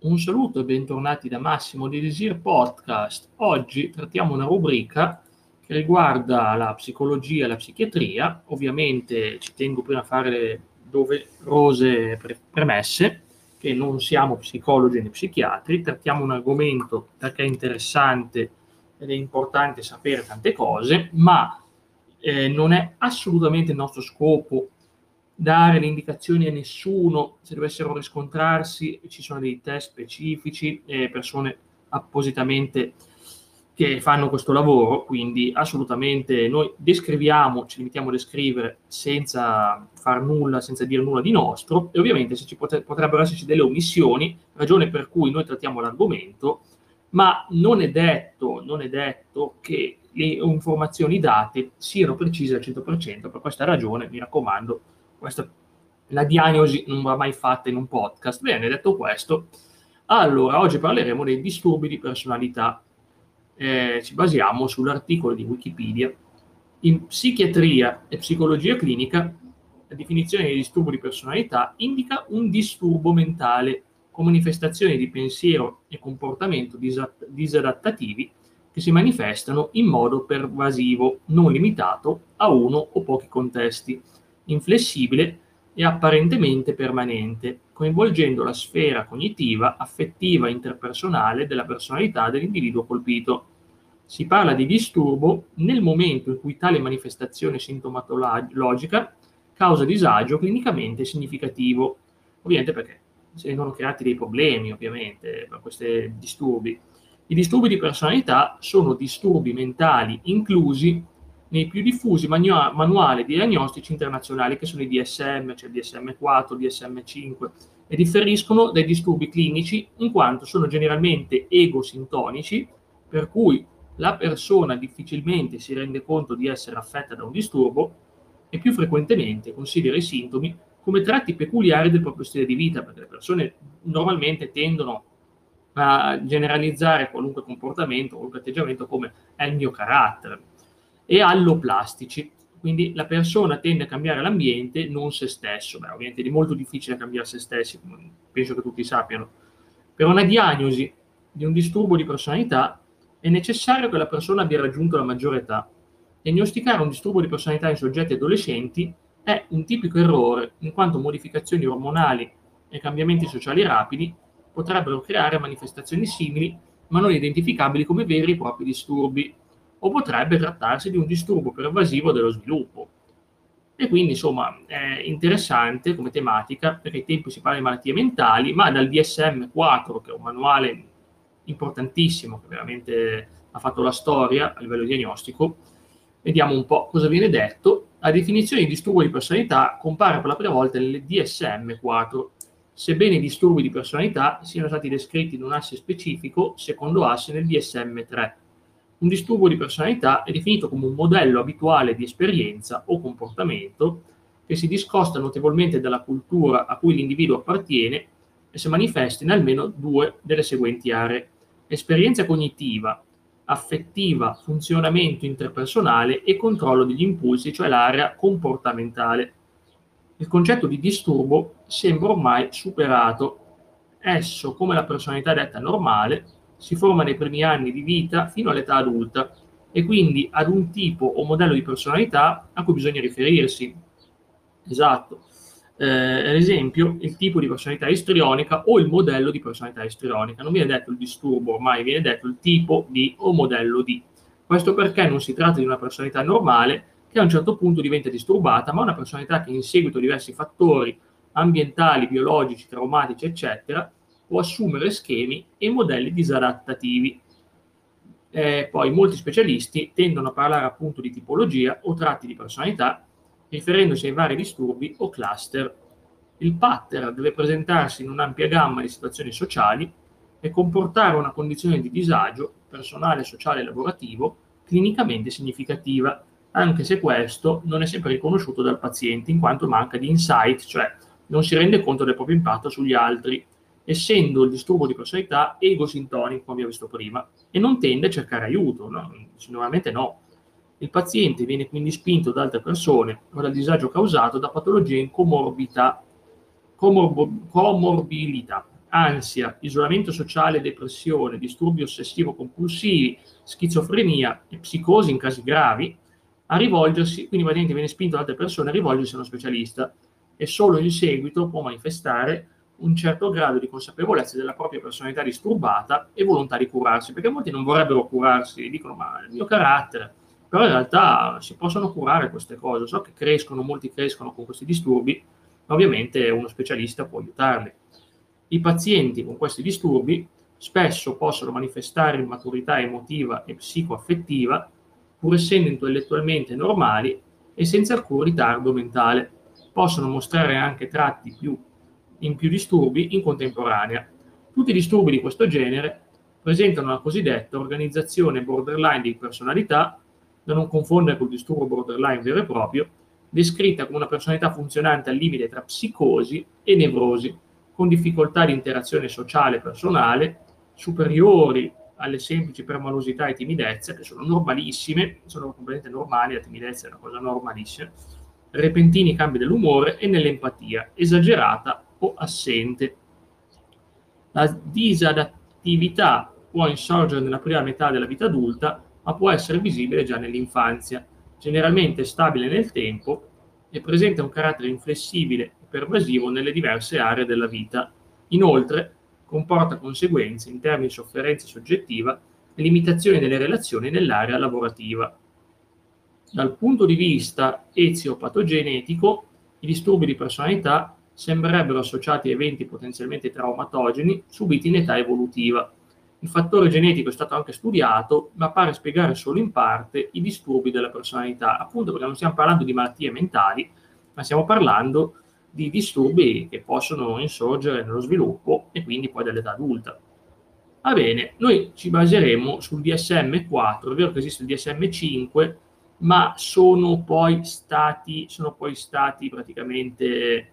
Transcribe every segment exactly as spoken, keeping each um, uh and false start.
Un saluto e bentornati da Massimo di Desir Podcast. Oggi trattiamo una rubrica che riguarda la psicologia e la psichiatria. Ovviamente ci tengo prima a fare le doverose pre- premesse che non siamo psicologi né psichiatri, trattiamo un argomento perché è interessante ed è importante sapere tante cose, ma eh, non è assolutamente il nostro scopo dare le indicazioni a nessuno. Se dovessero riscontrarsi, ci sono dei test specifici e persone appositamente che fanno questo lavoro, quindi assolutamente noi descriviamo, ci limitiamo a descrivere senza far nulla, senza dire nulla di nostro, e ovviamente se ci potre, potrebbero esserci delle omissioni, ragione per cui noi trattiamo l'argomento, ma non è detto, non è detto che le informazioni date siano precise al cento per cento. Per questa ragione, mi raccomando, questa, la diagnosi non va mai fatta in un podcast. Bene, detto questo, allora oggi parleremo dei disturbi di personalità. Eh, ci basiamo sull'articolo di Wikipedia. In psichiatria e psicologia clinica, la definizione di disturbo di personalità indica un disturbo mentale con manifestazioni di pensiero e comportamento disat- disadattativi che si manifestano in modo pervasivo, non limitato a uno o pochi contesti, inflessibile e apparentemente permanente, coinvolgendo la sfera cognitiva, affettiva e interpersonale della personalità dell'individuo colpito. Si parla di disturbo nel momento in cui tale manifestazione sintomatologica causa disagio clinicamente significativo, ovviamente perché si vengono creati dei problemi, ovviamente, per questi disturbi. I disturbi di personalità sono disturbi mentali inclusi nei più diffusi manua- manuali diagnostici internazionali, che sono i D S M, cioè il D S M quattro, D S M cinque, e differiscono dai disturbi clinici in quanto sono generalmente egosintonici, per cui la persona difficilmente si rende conto di essere affetta da un disturbo e più frequentemente considera i sintomi come tratti peculiari del proprio stile di vita, perché le persone normalmente tendono a generalizzare qualunque comportamento, qualunque atteggiamento come è il mio carattere, e alloplastici. Quindi la persona tende a cambiare l'ambiente, non se stesso. Beh, ovviamente è molto difficile cambiare se stessi, penso che tutti sappiano. Per una diagnosi di un disturbo di personalità è necessario che la persona abbia raggiunto la maggiore età. Diagnosticare un disturbo di personalità in soggetti adolescenti è un tipico errore, in quanto modificazioni ormonali e cambiamenti sociali rapidi potrebbero creare manifestazioni simili, ma non identificabili come veri e propri disturbi, o potrebbe trattarsi di un disturbo pervasivo dello sviluppo. E quindi, insomma, è interessante come tematica, perché ai tempi si parla di malattie mentali, ma dal D S M quattro, che è un manuale importantissimo, che veramente ha fatto la storia a livello diagnostico, vediamo un po' cosa viene detto. La definizione di disturbo di personalità compare per la prima volta nel D S M quattro, sebbene i disturbi di personalità siano stati descritti in un asse specifico, secondo asse nel D S M tre. Un disturbo di personalità è definito come un modello abituale di esperienza o comportamento che si discosta notevolmente dalla cultura a cui l'individuo appartiene e si manifesta in almeno due delle seguenti aree: esperienza cognitiva, affettiva, funzionamento interpersonale e controllo degli impulsi, cioè l'area comportamentale. Il concetto di disturbo sembra ormai superato. Esso, come la personalità detta normale, si forma nei primi anni di vita fino all'età adulta e quindi ad un tipo o modello di personalità a cui bisogna riferirsi. Esatto. Eh, ad esempio, il tipo di personalità istrionica o il modello di personalità istrionica. Non viene detto il disturbo, ormai viene detto il tipo di o modello di. Questo perché non si tratta di una personalità normale che a un certo punto diventa disturbata, ma una personalità che in seguito a diversi fattori ambientali, biologici, traumatici, eccetera, può assumere schemi e modelli disadattativi. Eh, poi molti specialisti tendono a parlare appunto di tipologia o tratti di personalità, riferendosi ai vari disturbi o cluster. Il pattern deve presentarsi in un'ampia gamma di situazioni sociali e comportare una condizione di disagio personale, sociale e lavorativo clinicamente significativa, anche se questo non è sempre riconosciuto dal paziente in quanto manca di insight, cioè non si rende conto del proprio impatto sugli altri, essendo il disturbo di personalità egosintonico, come abbiamo visto prima, e non tende a cercare aiuto, no? Normalmente no. Il paziente viene quindi spinto da altre persone o dal disagio causato da patologie in comorbidità, comorbo, comorbilità. ansia, isolamento sociale, depressione, disturbi ossessivo-compulsivi, schizofrenia e psicosi in casi gravi, a rivolgersi, quindi il paziente viene spinto da altre persone a rivolgersi a uno specialista e solo in seguito può manifestare un certo grado di consapevolezza della propria personalità disturbata e volontà di curarsi, perché molti non vorrebbero curarsi, dicono ma è il mio carattere, però in realtà si possono curare queste cose. So che crescono, molti crescono con questi disturbi, ma ovviamente uno specialista può aiutarli. I pazienti con questi disturbi spesso possono manifestare immaturità emotiva e psicoaffettiva, pur essendo intellettualmente normali e senza alcun ritardo mentale. Possono mostrare anche tratti più, in più disturbi in contemporanea. Tutti i disturbi di questo genere presentano la cosiddetta organizzazione borderline di personalità, da non confondere col disturbo borderline vero e proprio, descritta come una personalità funzionante al limite tra psicosi e nevrosi, con difficoltà di interazione sociale e personale, superiori alle semplici permalosità e timidezza, che sono normalissime, sono completamente normali, la timidezza è una cosa normalissima, repentini cambi dell'umore e nell'empatia, esagerata o assente. La disadattività può insorgere nella prima metà della vita adulta, ma può essere visibile già nell'infanzia, generalmente stabile nel tempo e presenta un carattere inflessibile e pervasivo nelle diverse aree della vita. Inoltre, comporta conseguenze in termini di sofferenza soggettiva e limitazioni delle relazioni nell'area lavorativa. Dal punto di vista eziopatogenetico, i disturbi di personalità sembrerebbero associati a eventi potenzialmente traumatogeni subiti in età evolutiva. Il fattore genetico è stato anche studiato, ma pare spiegare solo in parte i disturbi della personalità, appunto perché non stiamo parlando di malattie mentali, ma stiamo parlando di disturbi che possono insorgere nello sviluppo e quindi poi dall'età adulta. Va bene, noi ci baseremo sul D S M quattro, è vero che esiste il D S M cinque, ma sono poi stati, sono poi stati praticamente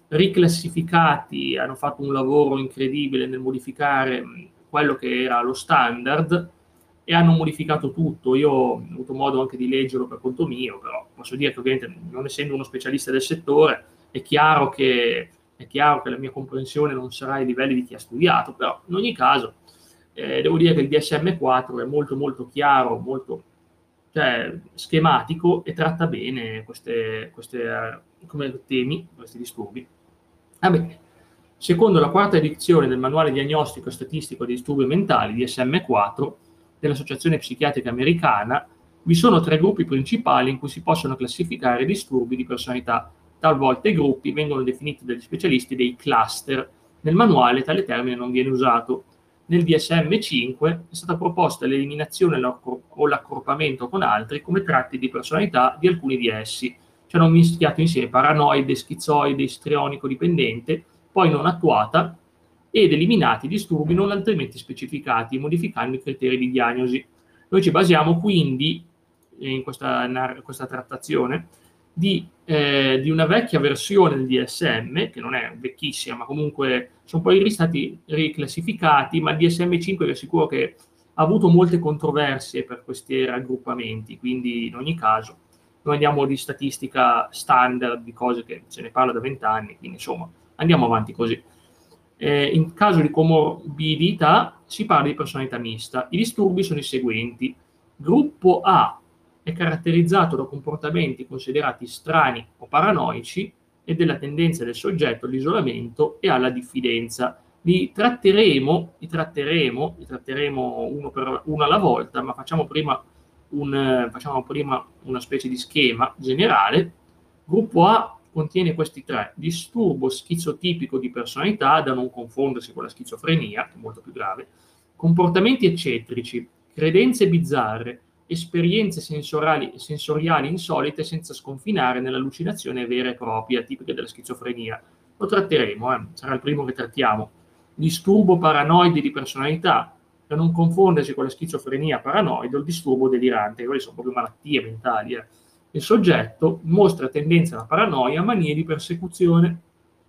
riclassificati, hanno fatto un lavoro incredibile nel modificare quello che era lo standard e hanno modificato tutto. Io ho avuto modo anche di leggerlo per conto mio, però posso dire che ovviamente non essendo uno specialista del settore è chiaro che, è chiaro che la mia comprensione non sarà ai livelli di chi ha studiato, però in ogni caso eh, devo dire che il D S M quattro è molto molto chiaro, molto cioè, schematico e tratta bene queste, queste come temi, questi disturbi. Ah beh, secondo la quarta edizione del Manuale Diagnostico e Statistico dei Disturbi Mentali, D S M quattro, dell'Associazione Psichiatrica Americana, vi sono tre gruppi principali in cui si possono classificare i disturbi di personalità. Talvolta i gruppi vengono definiti dagli specialisti dei cluster. Nel manuale tale termine non viene usato. Nel D S M cinque è stata proposta l'eliminazione o l'accorpamento con altri come tratti di personalità di alcuni di essi. Ci hanno mischiato insieme paranoide, schizoide, istrionico-dipendente, poi non attuata, ed eliminati disturbi non altrimenti specificati, modificando i criteri di diagnosi. Noi ci basiamo quindi, in questa, questa trattazione, di, eh, di una vecchia versione del D S M, che non è vecchissima, ma comunque sono poi stati riclassificati, ma il D S M cinque vi assicuro che ha avuto molte controversie per questi raggruppamenti, quindi in ogni caso noi andiamo di statistica standard, di cose che se ne parla da vent'anni, quindi insomma andiamo avanti così. Eh, in caso di comorbidità si parla di personalità mista. I disturbi sono i seguenti. Gruppo A è caratterizzato da comportamenti considerati strani o paranoici e della tendenza del soggetto all'isolamento e alla diffidenza. Li tratteremo, li tratteremo, li tratteremo uno, per, uno alla volta, ma facciamo prima, un, facciamo prima una specie di schema generale. Gruppo A contiene questi tre: disturbo schizotipico di personalità, da non confondersi con la schizofrenia, che è molto più grave, comportamenti eccentrici, credenze bizzarre, esperienze sensoriali, sensoriali insolite senza sconfinare nell'allucinazione vera e propria, tipica della schizofrenia. Lo tratteremo, eh? Sarà il primo che trattiamo. Disturbo paranoide di personalità, da non confondersi con la schizofrenia paranoide o il disturbo delirante, quelle sono proprio malattie mentali. Eh? Il soggetto mostra tendenza alla paranoia, manie di persecuzione.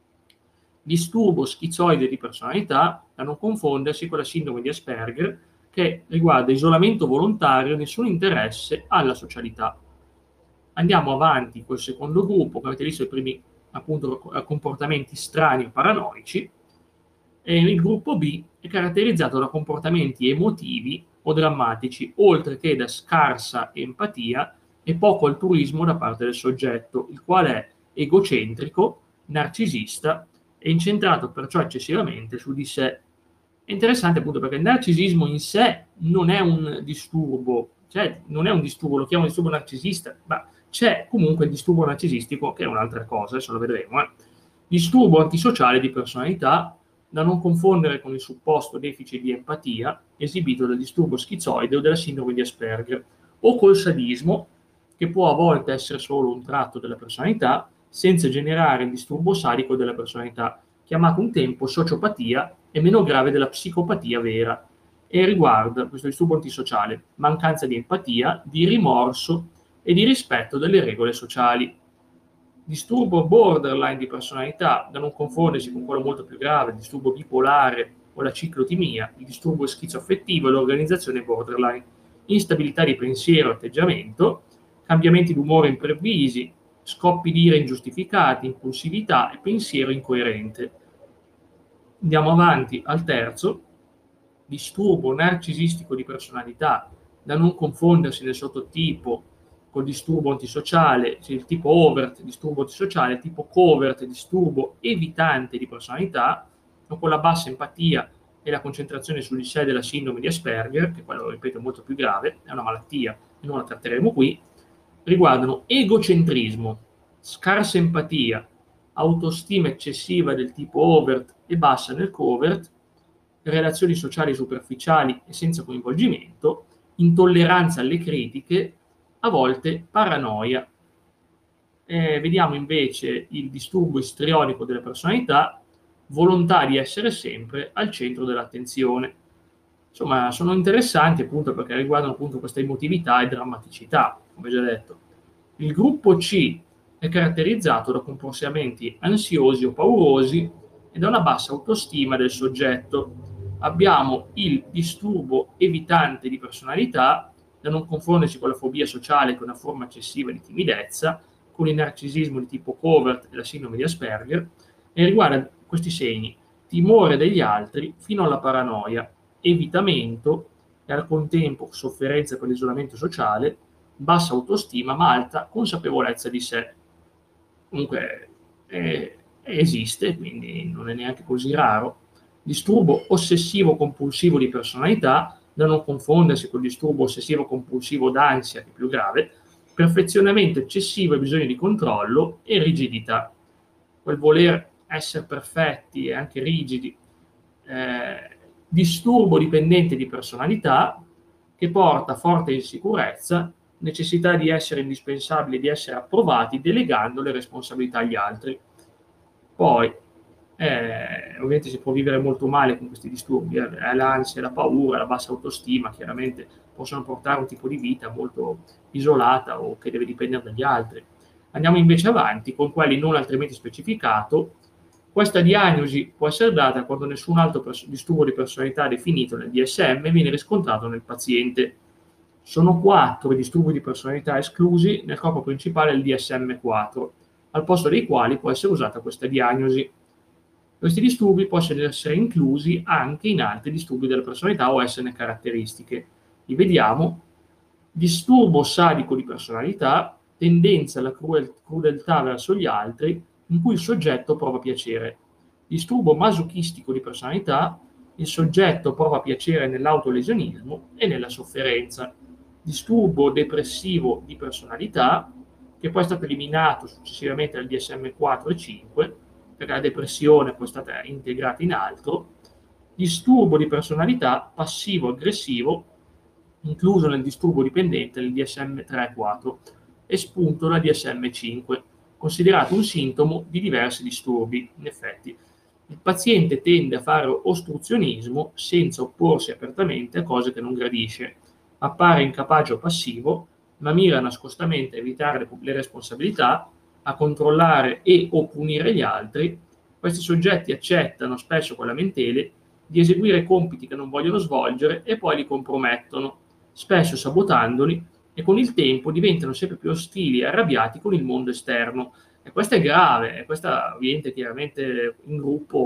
Disturbo schizoide di personalità, da non confondersi con la sindrome di Asperger, che riguarda isolamento volontario e nessun interesse alla socialità. Andiamo avanti col secondo gruppo, che avete visto i primi appunto comportamenti strani o paranoici. E il gruppo B è caratterizzato da comportamenti emotivi o drammatici, oltre che da scarsa empatia e poco altruismo da parte del soggetto, il quale è egocentrico, narcisista e incentrato perciò eccessivamente su di sé. È interessante appunto perché il narcisismo in sé non è un disturbo, cioè non è un disturbo, lo chiamo disturbo narcisista, ma c'è comunque il disturbo narcisistico che è un'altra cosa, adesso lo vedremo. Eh. Disturbo antisociale di personalità, da non confondere con il supposto deficit di empatia esibito dal disturbo schizoide o della sindrome di Asperger, o col sadismo, che può a volte essere solo un tratto della personalità, senza generare il disturbo sadico della personalità, chiamato un tempo sociopatia e meno grave della psicopatia vera, e riguarda questo disturbo antisociale, mancanza di empatia, di rimorso e di rispetto delle regole sociali. Disturbo borderline di personalità, da non confondersi con quello molto più grave, il disturbo bipolare o la ciclotimia, il disturbo schizoaffettivo e l'organizzazione borderline, instabilità di pensiero e atteggiamento, cambiamenti d'umore improvvisi, scoppi di ira ingiustificati, impulsività e pensiero incoerente. Andiamo avanti al terzo, disturbo narcisistico di personalità, da non confondersi nel sottotipo col disturbo antisociale, cioè il tipo overt, disturbo antisociale, il tipo covert, disturbo evitante di personalità, o con la bassa empatia e la concentrazione su di sé della sindrome di Asperger, che quello, ripeto, è molto più grave, è una malattia e non la tratteremo qui, riguardano egocentrismo, scarsa empatia, autostima eccessiva del tipo overt e bassa nel covert, relazioni sociali superficiali e senza coinvolgimento, intolleranza alle critiche, a volte paranoia. Eh, vediamo invece il disturbo istrionico della personalità, volontà di essere sempre al centro dell'attenzione. Insomma, sono interessanti appunto perché riguardano appunto questa emotività e drammaticità, come già detto. Il gruppo C è caratterizzato da comportamenti ansiosi o paurosi e da una bassa autostima del soggetto. Abbiamo il disturbo evitante di personalità, da non confondersi con la fobia sociale, che è una forma eccessiva di timidezza, con il narcisismo di tipo covert e la sindrome di Asperger, e riguarda questi segni: timore degli altri fino alla paranoia, evitamento e al contempo sofferenza per l'isolamento sociale, bassa autostima ma alta consapevolezza di sé. Comunque eh, esiste, quindi non è neanche così raro. Disturbo ossessivo-compulsivo di personalità, da non confondersi col disturbo ossessivo-compulsivo d'ansia, che è più grave, perfezionamento eccessivo e bisogno di controllo e rigidità. Quel voler essere perfetti e anche rigidi. Eh, disturbo dipendente di personalità, che porta forte insicurezza, necessità di essere indispensabili, di essere approvati, delegando le responsabilità agli altri. Poi, eh, ovviamente si può vivere molto male con questi disturbi, eh, l'ansia, la paura, la bassa autostima, chiaramente possono portare a un tipo di vita molto isolata o che deve dipendere dagli altri. Andiamo invece avanti con quelli non altrimenti specificato. Questa diagnosi può essere data quando nessun altro pers- disturbo di personalità definito nel D S M viene riscontrato nel paziente. Sono quattro i disturbi di personalità esclusi nel corpo principale del D S M quattro, al posto dei quali può essere usata questa diagnosi. Questi disturbi possono essere inclusi anche in altri disturbi della personalità o esserne caratteristiche. Li vediamo: disturbo sadico di personalità, tendenza alla cruel- crudeltà verso gli altri, in cui il soggetto prova piacere. Disturbo masochistico di personalità, il soggetto prova piacere nell'autolesionismo e nella sofferenza. Disturbo depressivo di personalità, che poi è stato eliminato successivamente dal D S M quattro e cinque, perché la depressione poi è stata integrata in altro. Disturbo di personalità passivo-aggressivo, incluso nel disturbo dipendente nel D S M tre e quattro, espunto dal D S M cinque, considerato un sintomo di diversi disturbi. In effetti, il paziente tende a fare ostruzionismo senza opporsi apertamente a cose che non gradisce, appare incapace o passivo, ma mira nascostamente a evitare le, le responsabilità, a controllare e o punire gli altri. Questi soggetti accettano, spesso con lamentele, di eseguire compiti che non vogliono svolgere e poi li compromettono, spesso sabotandoli, e con il tempo diventano sempre più ostili e arrabbiati con il mondo esterno. E questo è grave, e questo ovviamente chiaramente in gruppo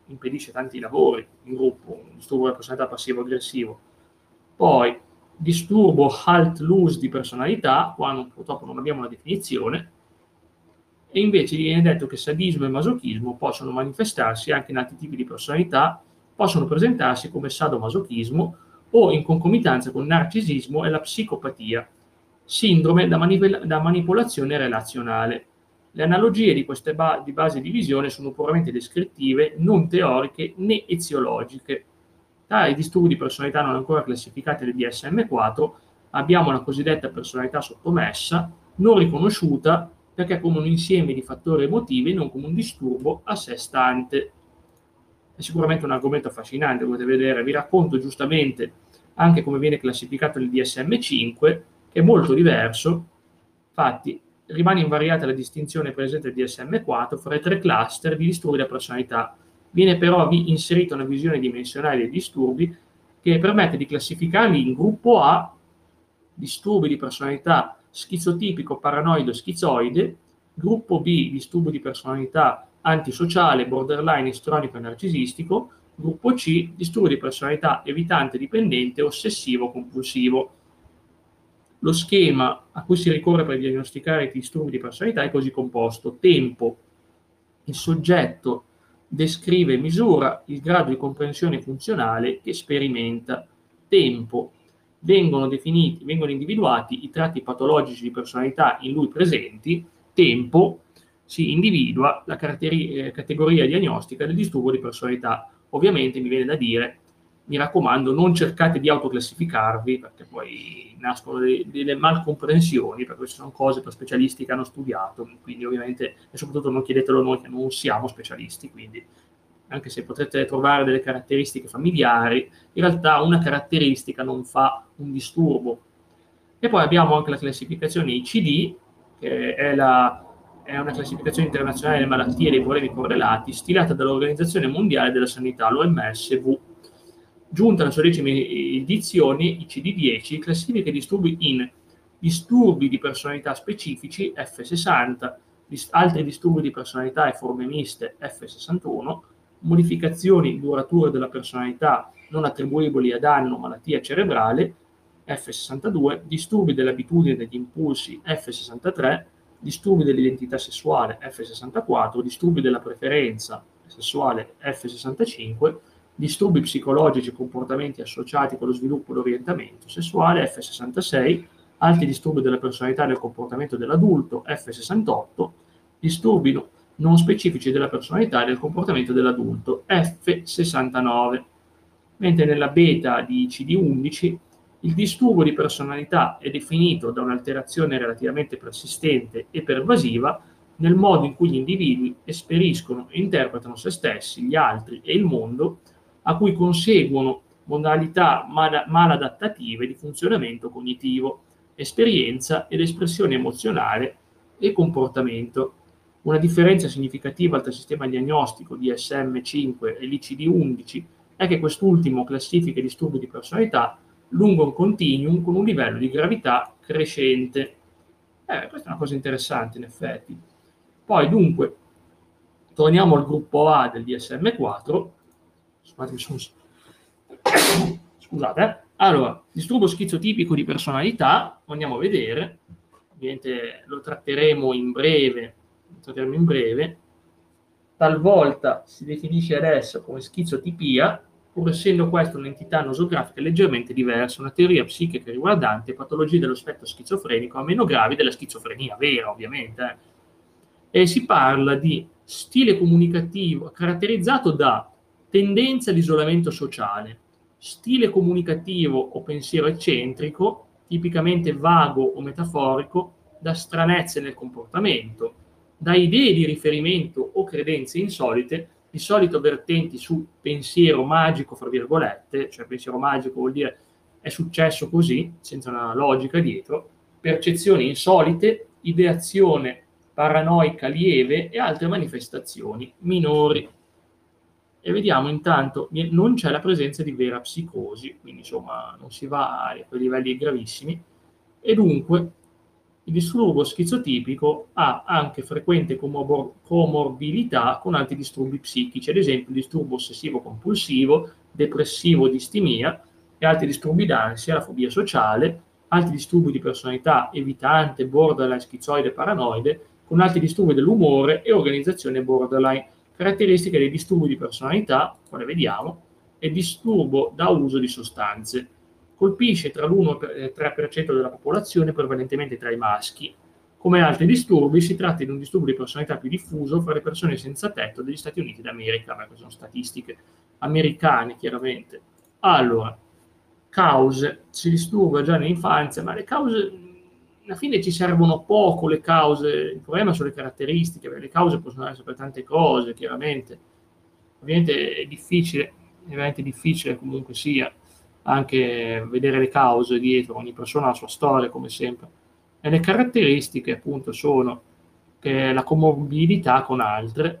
impedisce tanti lavori in gruppo, un disturbo della personalità passivo-aggressivo. Poi disturbo halt-loose di personalità, qua non, purtroppo non abbiamo una definizione, e invece viene detto che sadismo e masochismo possono manifestarsi anche in altri tipi di personalità, possono presentarsi come sadomasochismo o in concomitanza con il narcisismo e la psicopatia, sindrome da, manip- da manipolazione relazionale. Le analogie di queste ba- di base di visione sono puramente descrittive, non teoriche né eziologiche. Tra i disturbi di personalità non ancora classificati nel D S M quattro abbiamo la cosiddetta personalità sottomessa, non riconosciuta perché come un insieme di fattori emotivi e non come un disturbo a sé stante. È sicuramente un argomento affascinante, potete vedere, vi racconto giustamente anche come viene classificato nel D S M cinque, che è molto diverso. Infatti rimane invariata la distinzione presente nel D S M quattro fra i tre cluster di disturbi della personalità. Viene però inserita una visione dimensionale dei disturbi che permette di classificarli in gruppo A, disturbi di personalità schizotipico, paranoido, schizoide, gruppo B, disturbo di personalità antisociale, borderline, istrionico e narcisistico, gruppo C, disturbo di personalità evitante, dipendente, ossessivo, compulsivo. Lo schema a cui si ricorre per diagnosticare i disturbi di personalità è così composto: tempo, il soggetto descrive e misura il grado di comprensione funzionale che sperimenta. Tempo, vengono definiti, vengono individuati i tratti patologici di personalità in lui presenti. Tempo, si individua la eh, categoria diagnostica del disturbo di personalità. Ovviamente mi viene da dire, mi raccomando, non cercate di autoclassificarvi, perché poi nascono delle, delle malcomprensioni, perché queste sono cose per specialisti che hanno studiato, quindi ovviamente, e soprattutto non chiedetelo a noi che non siamo specialisti, quindi anche se potete trovare delle caratteristiche familiari, in realtà una caratteristica non fa un disturbo. E poi abbiamo anche la classificazione I C D, che è, la, è una classificazione internazionale delle malattie e dei problemi correlati, stilata dall'Organizzazione Mondiale della Sanità, l'O M S V. Giunta alla sua decima edizione, I C D dieci classifica i disturbi in disturbi di personalità specifici F sessanta, altri disturbi di personalità e forme miste F sessantuno, modificazioni durature della personalità non attribuibili a danno o malattia cerebrale F sessantadue, disturbi dell'abitudine e degli impulsi F sessantatré, disturbi dell'identità sessuale F sessantaquattro, disturbi della preferenza sessuale F sessantacinque, disturbi psicologici e comportamenti associati con lo sviluppo e l'orientamento sessuale F sessantasei, altri disturbi della personalità e del comportamento dell'adulto F sessantotto, disturbi no, non specifici della personalità e del comportamento dell'adulto F sessantanove. Mentre nella beta di I C D undici il disturbo di personalità è definito da un'alterazione relativamente persistente e pervasiva nel modo in cui gli individui esperiscono e interpretano se stessi, gli altri e il mondo, a cui conseguono modalità mal- maladattative di funzionamento cognitivo, esperienza ed espressione emozionale e comportamento. Una differenza significativa tra il sistema diagnostico D S M cinque e l'I C D undici è che quest'ultimo classifica i disturbi di personalità lungo un continuum con un livello di gravità crescente. Eh, questa è una cosa interessante in effetti. Poi dunque, torniamo al gruppo A del D S M quattro. Scusate, sono... Scusate, eh. Allora, disturbo schizotipico di personalità, andiamo a vedere, ovviamente lo tratteremo in breve, lo tratteremo in breve. Talvolta si definisce adesso come schizotipia, pur essendo questa un'entità nosografica leggermente diversa, una teoria psichica riguardante patologie dello spettro schizofrenico, a meno gravi della schizofrenia vera, ovviamente. Eh. E si parla di stile comunicativo caratterizzato da tendenza all'isolamento sociale, stile comunicativo o pensiero eccentrico, tipicamente vago o metaforico, da stranezze nel comportamento, da idee di riferimento o credenze insolite, di solito vertenti su pensiero magico, fra virgolette, cioè pensiero magico vuol dire è successo così, senza una logica dietro, percezioni insolite, ideazione paranoica lieve e altre manifestazioni minori. E vediamo intanto, non c'è la presenza di vera psicosi, quindi insomma non si va a quei livelli gravissimi, e dunque Il disturbo schizotipico ha anche frequente comor- comorbilità con altri disturbi psichici, ad esempio il disturbo ossessivo-compulsivo, depressivo-distimia e altri disturbi d'ansia, la fobia sociale, altri disturbi di personalità evitante, borderline, schizoide, paranoide, con altri disturbi dell'umore e organizzazione borderline. Caratteristiche dei disturbi di personalità, quale vediamo, è disturbo da uso di sostanze. Colpisce tra l'uno e il tre per cento della popolazione, prevalentemente tra i maschi. Come altri disturbi, si tratta di un disturbo di personalità più diffuso fra le persone senza tetto degli Stati Uniti d'America, ma queste sono statistiche americane, chiaramente. Allora, cause, si disturba già nell'infanzia, ma le cause, alla fine ci servono poco le cause, il problema sono le caratteristiche, le cause possono essere per tante cose, chiaramente. Ovviamente è difficile, è veramente difficile comunque sia, anche vedere le cause dietro, ogni persona ha la sua storia come sempre. E le caratteristiche appunto sono che la comorbidità con altre,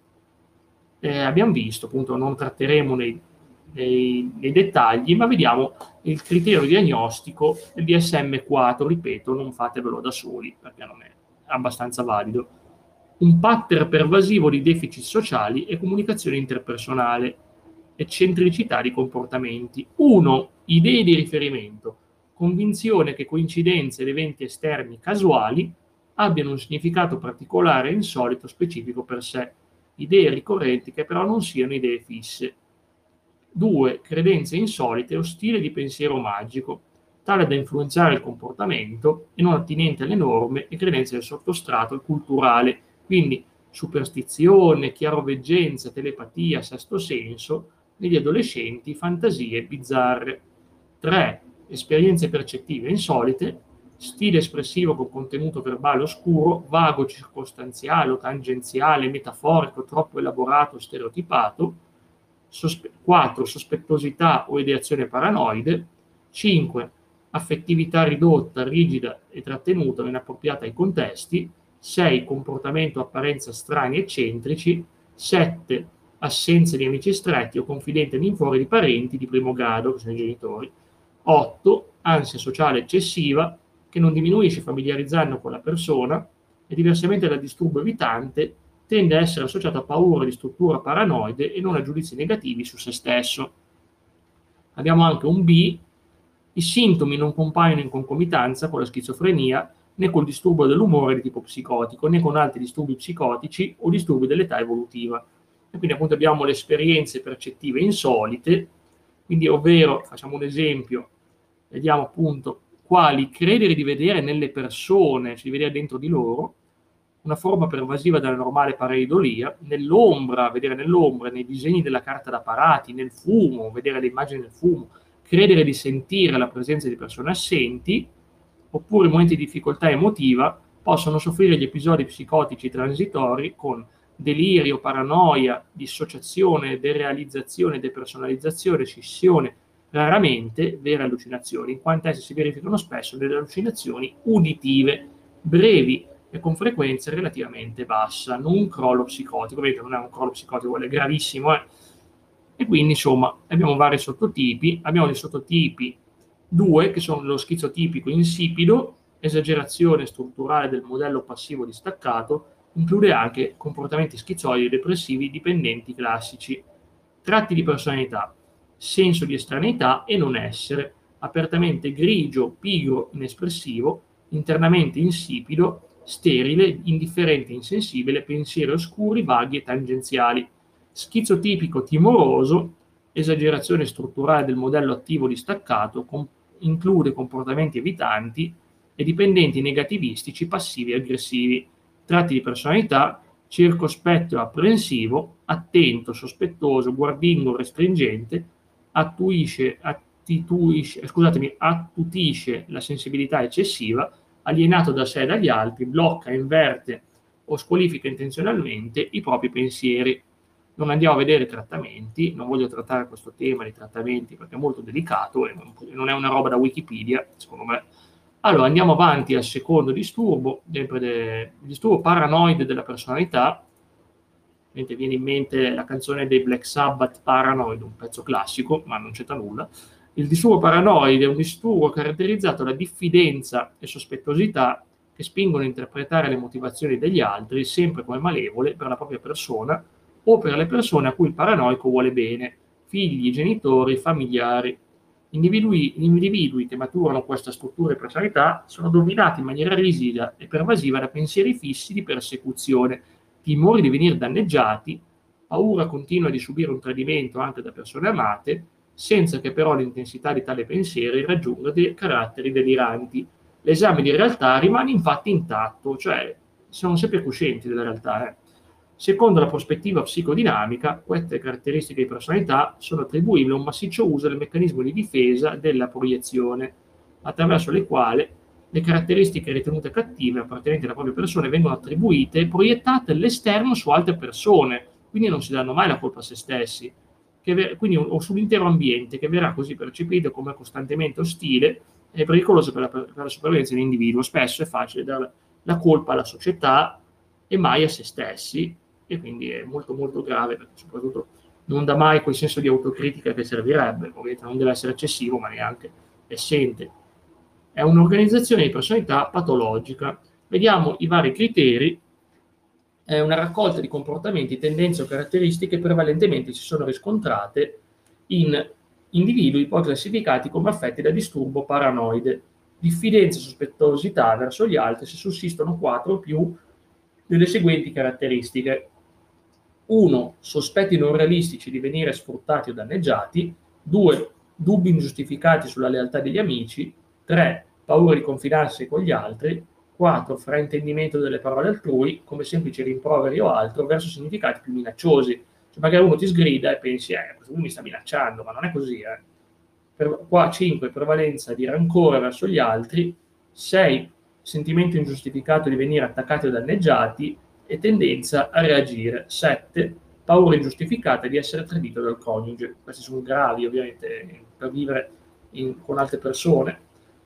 eh, abbiamo visto, appunto non tratteremo nei, nei, nei dettagli, ma vediamo il criterio diagnostico del D S M quattro, ripeto, non fatevelo da soli perché non è abbastanza valido. Un pattern pervasivo di deficit sociali e comunicazione interpersonale, eccentricità di comportamenti. uno. Idee di riferimento, convinzione che coincidenze ed eventi esterni casuali abbiano un significato particolare, insolito, specifico per sé. Idee ricorrenti che però non siano idee fisse. due. Credenze insolite o stile di pensiero magico, tale da influenzare il comportamento e non attinente alle norme e credenze del sottostrato culturale, quindi superstizione, chiaroveggenza, telepatia, sesto senso, negli adolescenti fantasie bizzarre. tre. Esperienze percettive insolite, stile espressivo con contenuto verbale oscuro, vago, circostanziale o tangenziale, metaforico, troppo elaborato o stereotipato. Sospe- quattro. Sospettosità o ideazione paranoide. cinque. Affettività ridotta, rigida e trattenuta o inappropriata ai contesti. sei. Comportamento o apparenza strani e eccentrici. sette. Assenza di amici stretti o confidenti ninfori di parenti di primo grado, che sono i genitori. otto. Ansia sociale eccessiva, che non diminuisce familiarizzando con la persona e diversamente dal disturbo evitante tende a essere associato a paura di struttura paranoide e non a giudizi negativi su se stesso. Abbiamo anche un B. I sintomi non compaiono in concomitanza con la schizofrenia né col disturbo dell'umore di tipo psicotico né con altri disturbi psicotici o disturbi dell'età evolutiva. E quindi appunto abbiamo le esperienze percettive insolite, quindi ovvero, facciamo un esempio, vediamo appunto quali credere di vedere nelle persone, cioè di vedere dentro di loro, una forma pervasiva della normale pareidolia, nell'ombra, vedere nell'ombra, nei disegni della carta da parati, nel fumo, vedere le immagini del fumo, credere di sentire la presenza di persone assenti, oppure in momenti di difficoltà emotiva possono soffrire gli episodi psicotici transitori con delirio, paranoia, dissociazione, derealizzazione, depersonalizzazione, scissione, raramente vere allucinazioni, in quanto esse si verificano spesso nelle allucinazioni uditive, brevi e con frequenza relativamente bassa, non un crollo psicotico, vedete non è un crollo psicotico, è gravissimo, eh? E quindi insomma abbiamo vari sottotipi, abbiamo dei sottotipi due che sono lo schizotipico insipido, esagerazione strutturale del modello passivo distaccato, include anche comportamenti schizoidi e depressivi dipendenti classici, tratti di personalità, senso di estraneità e non essere, apertamente grigio, pigro, inespressivo, internamente insipido, sterile, indifferente e insensibile, pensieri oscuri, vaghi e tangenziali, schizotipico timoroso, esagerazione strutturale del modello attivo distaccato, com- include comportamenti evitanti e dipendenti negativistici, passivi e aggressivi, tratti di personalità, circospetto e apprensivo, attento, sospettoso, guardingo, restringente, attuisce, attituisce, scusatemi, attutisce la sensibilità eccessiva, alienato da sé e dagli altri, blocca, inverte o squalifica intenzionalmente i propri pensieri. Non andiamo a vedere i trattamenti, non voglio trattare questo tema dei trattamenti perché è molto delicato e non è una roba da Wikipedia, secondo me. Allora, andiamo avanti al secondo disturbo, sempre del disturbo paranoide della personalità. Mi viene in mente la canzone dei Black Sabbath, Paranoid, un pezzo classico, ma non c'entra nulla. Il disturbo paranoide è un disturbo caratterizzato da diffidenza e sospettosità che spingono a interpretare le motivazioni degli altri sempre come malevole per la propria persona o per le persone a cui il paranoico vuole bene, figli, genitori, familiari. Individui, gli individui che maturano questa struttura di personalità sono dominati in maniera risida e pervasiva da pensieri fissi di persecuzione, timori di venire danneggiati, paura continua di subire un tradimento anche da persone amate, senza che però l'intensità di tale pensieri raggiunga dei caratteri deliranti. L'esame di realtà rimane infatti intatto, cioè sono sempre coscienti della realtà. Eh. Secondo la prospettiva psicodinamica, queste caratteristiche di personalità sono attribuibili a un massiccio uso del meccanismo di difesa della proiezione, attraverso le quali le caratteristiche ritenute cattive appartenenti alla propria persona vengono attribuite e proiettate all'esterno su altre persone, quindi non si danno mai la colpa a se stessi, che, quindi, o sull'intero ambiente, che verrà così percepito come costantemente ostile e pericoloso per la, per la sopravvivenza dell'individuo. Spesso è facile dare la colpa alla società e mai a se stessi, e quindi è molto molto grave, perché soprattutto non dà mai quel senso di autocritica che servirebbe. Ovviamente non deve essere eccessivo, ma neanche assente. È un'organizzazione di personalità patologica. Vediamo i vari criteri. È una raccolta di comportamenti, tendenze o caratteristiche prevalentemente si sono riscontrate in individui poi classificati come affetti da disturbo paranoide, diffidenza e sospettosità verso gli altri se sussistono quattro o più delle seguenti caratteristiche. uno. Sospetti non realistici di venire sfruttati o danneggiati. due. Dubbi ingiustificati sulla lealtà degli amici. tre. Paura di confidarsi con gli altri. quattro. Fraintendimento delle parole altrui, come semplici rimproveri o altro, verso significati più minacciosi. Cioè, magari uno ti sgrida e pensi, eh, questo mi sta minacciando, ma non è così. Eh. Per, qua cinque. Prevalenza di rancore verso gli altri. sei. Sentimento ingiustificato di venire attaccati o danneggiati e tendenza a reagire. sette. Paura ingiustificata di essere tradito dal coniuge. Questi sono gravi, ovviamente, per vivere in, con altre persone.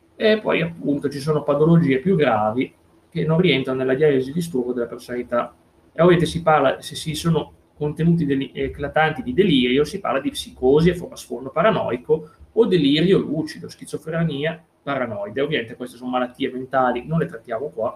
E poi appunto ci sono patologie più gravi che non rientrano nella diagnosi di disturbo della personalità. E ovviamente si parla, se ci sono contenuti deli- eclatanti di delirio, si parla di psicosi a sfondo paranoico o delirio lucido, schizofrenia paranoide. Ovviamente queste sono malattie mentali, non le trattiamo qua.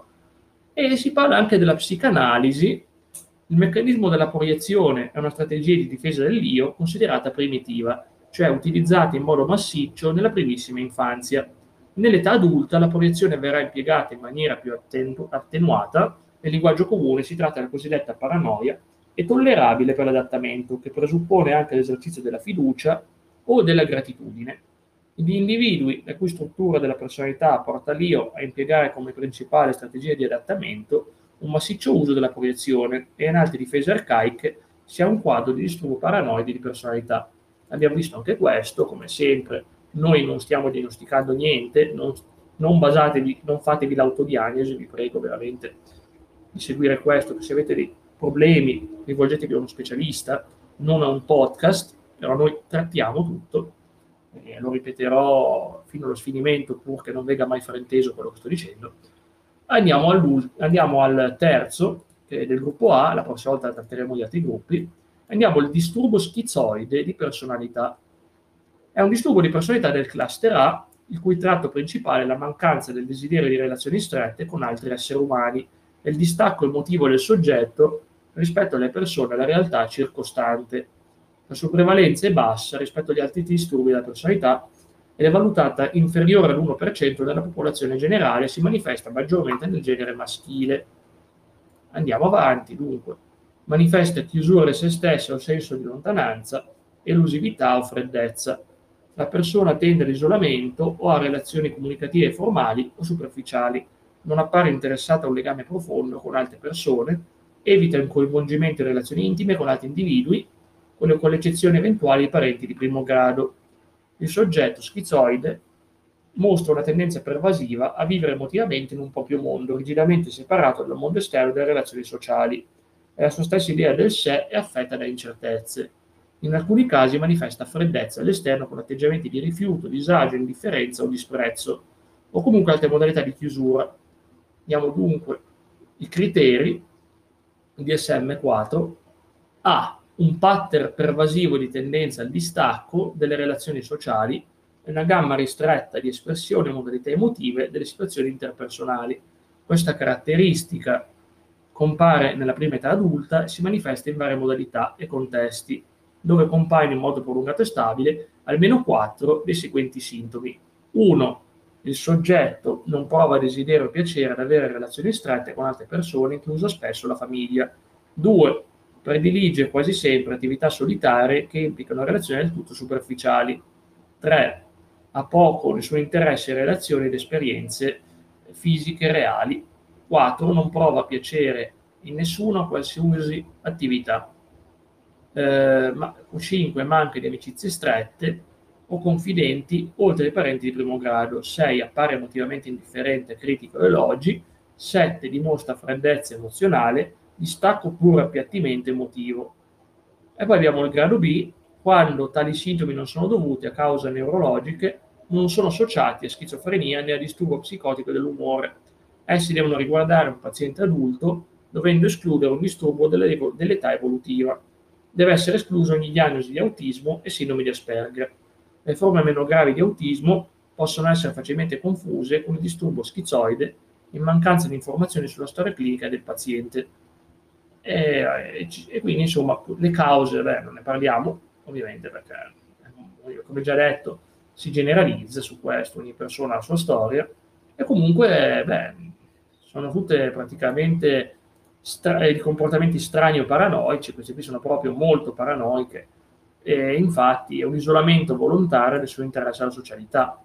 E si parla anche della psicanalisi. Il meccanismo della proiezione è una strategia di difesa dell'io considerata primitiva, cioè utilizzata in modo massiccio nella primissima infanzia. Nell'età adulta la proiezione verrà impiegata in maniera più attenu- attenuata. Nel linguaggio comune si tratta della cosiddetta paranoia e tollerabile per l'adattamento, che presuppone anche l'esercizio della fiducia o della gratitudine. Gli individui la cui struttura della personalità porta l'io a impiegare come principale strategia di adattamento un massiccio uso della proiezione e in altre difese arcaiche si ha un quadro di disturbo paranoide di personalità. Abbiamo visto anche questo, come sempre, noi non stiamo diagnosticando niente, non, non basatevi, non fatevi l'autodiagnosi, vi prego veramente di seguire questo, se avete dei problemi rivolgetevi a uno specialista, non a un podcast, però noi trattiamo tutto. E lo ripeterò fino allo sfinimento pur che non venga mai frainteso quello che sto dicendo. Andiamo, andiamo al terzo, che è del gruppo A, la prossima volta tratteremo gli altri gruppi. Andiamo al disturbo schizoide di personalità. È un disturbo di personalità del cluster A, il cui tratto principale è la mancanza del desiderio di relazioni strette con altri esseri umani e il distacco emotivo del soggetto rispetto alle persone e alla realtà circostante. La sua prevalenza è bassa rispetto agli altri disturbi della personalità ed è valutata inferiore all'uno per cento della popolazione generale e si manifesta maggiormente nel genere maschile. Andiamo avanti, dunque. Manifesta chiusura in se stessa o senso di lontananza, elusività o freddezza. La persona tende all'isolamento o a relazioni comunicative formali o superficiali. Non appare interessata a un legame profondo con altre persone, evita il coinvolgimento in relazioni intime con altri individui, con le, con le eccezioni eventuali di parenti di primo grado. Il soggetto schizoide mostra una tendenza pervasiva a vivere emotivamente in un proprio mondo, rigidamente separato dal mondo esterno e dalle relazioni sociali, e la sua stessa idea del sé è affetta da incertezze. In alcuni casi manifesta freddezza all'esterno con atteggiamenti di rifiuto, disagio, indifferenza o disprezzo, o comunque altre modalità di chiusura. Andiamo dunque i criteri D S M quattro. A. Un pattern pervasivo di tendenza al distacco delle relazioni sociali e una gamma ristretta di espressioni e modalità emotive delle situazioni interpersonali. Questa caratteristica compare nella prima età adulta e si manifesta in varie modalità e contesti, dove compaiono in modo prolungato e stabile almeno quattro dei seguenti sintomi. uno. Il soggetto non prova desiderio o piacere ad avere relazioni strette con altre persone, inclusa spesso la famiglia. due. Predilige quasi sempre attività solitarie che implicano relazioni del tutto superficiali. tre. Ha poco o nessun interesse in relazioni ed esperienze fisiche reali. quattro. Non prova piacere in nessuna qualsiasi attività. Eh, ma, cinque. Manca di amicizie strette o confidenti, oltre ai parenti di primo grado. sei. Appare emotivamente indifferente, critico e elogi. sette. Dimostra freddezza emozionale, distacco oppure appiattimento emotivo. E poi abbiamo il grado B, quando tali sintomi non sono dovuti a cause neurologiche, non sono associati a schizofrenia né a disturbo psicotico dell'umore. Essi devono riguardare un paziente adulto, dovendo escludere un disturbo dell'età evolutiva. Deve essere esclusa ogni diagnosi di autismo e sindrome di Asperger. Le forme meno gravi di autismo possono essere facilmente confuse con il disturbo schizoide in mancanza di informazioni sulla storia clinica del paziente. E, e, e quindi, insomma, le cause, beh, non ne parliamo, ovviamente, perché, come già detto, si generalizza su questo, ogni persona ha la sua storia, e comunque, beh, sono tutte praticamente stra- comportamenti strani o paranoici. Queste qui sono proprio molto paranoiche, e infatti è un isolamento volontario del suo interesse alla socialità.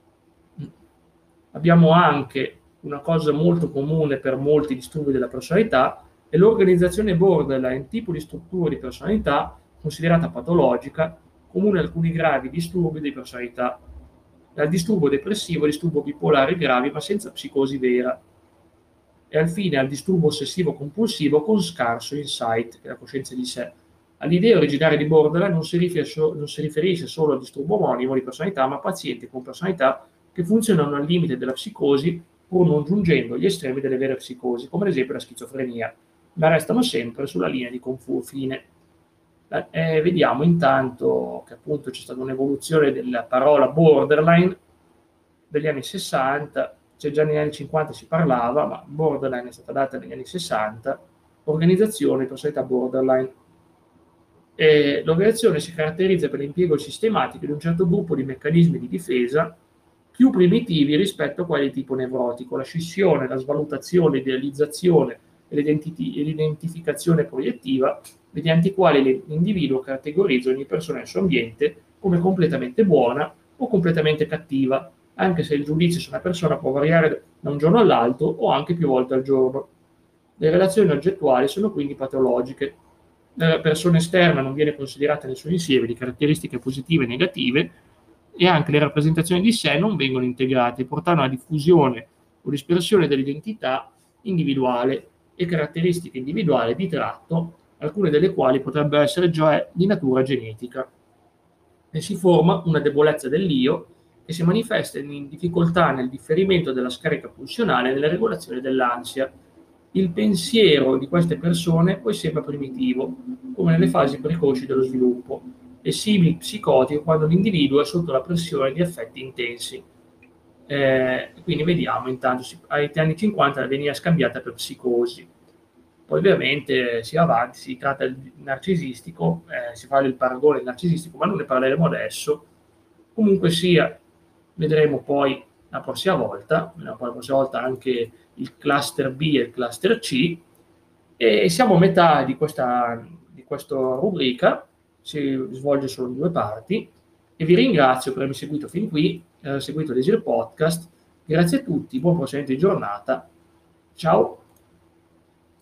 Abbiamo anche una cosa molto comune per molti disturbi della personalità, è l'organizzazione borderline, tipo di struttura di personalità considerata patologica, comune a alcuni gravi disturbi di personalità, dal disturbo depressivo al disturbo bipolare gravi ma senza psicosi vera, e al fine al disturbo ossessivo compulsivo con scarso insight, che è la coscienza di sé. All'idea originaria di borderline non si riferisce, non si riferisce solo al disturbo omonimo di personalità, ma a pazienti con personalità che funzionano al limite della psicosi pur non giungendo agli estremi delle vere psicosi, come ad esempio la schizofrenia, ma restano sempre sulla linea di confine. Eh, vediamo intanto che appunto c'è stata un'evoluzione della parola borderline degli anni sessanta, cioè già negli anni cinquanta si parlava, ma borderline è stata data negli anni sessanta, organizzazione di personalità borderline. E l'organizzazione si caratterizza per l'impiego sistematico di un certo gruppo di meccanismi di difesa più primitivi rispetto a quelli di tipo nevrotico, la scissione, la svalutazione, l'idealizzazione e l'identificazione proiettiva, mediante i quali l'individuo categorizza ogni persona nel suo ambiente come completamente buona o completamente cattiva, anche se il giudizio su una persona può variare da un giorno all'altro o anche più volte al giorno. Le relazioni oggettuali sono quindi patologiche. La persona esterna non viene considerata nel suo insieme di caratteristiche positive e negative, e anche le rappresentazioni di sé non vengono integrate, portando alla diffusione o dispersione dell'identità individuale e caratteristiche individuali di tratto, alcune delle quali potrebbero essere già di natura genetica. E si forma una debolezza dell'io che si manifesta in difficoltà nel differimento della scarica pulsionale e nella regolazione dell'ansia. Il pensiero di queste persone poi sembra primitivo, come nelle fasi precoci dello sviluppo, e simili psicotico quando l'individuo è sotto la pressione di affetti intensi. Eh, quindi vediamo, intanto agli anni cinquanta veniva scambiata per psicosi. Poi ovviamente si va avanti, si tratta del narcisistico, eh, si fa il paragone del narcisistico, ma non ne parleremo adesso. Comunque sia, vedremo poi la prossima volta, la prossima volta anche il cluster B e il cluster C, e siamo a metà di questa, di questa rubrica, si svolge solo in due parti, e vi ringrazio per avermi seguito fin qui, aver seguito Desir Podcast. Grazie a tutti, buon proseguimento di giornata, ciao!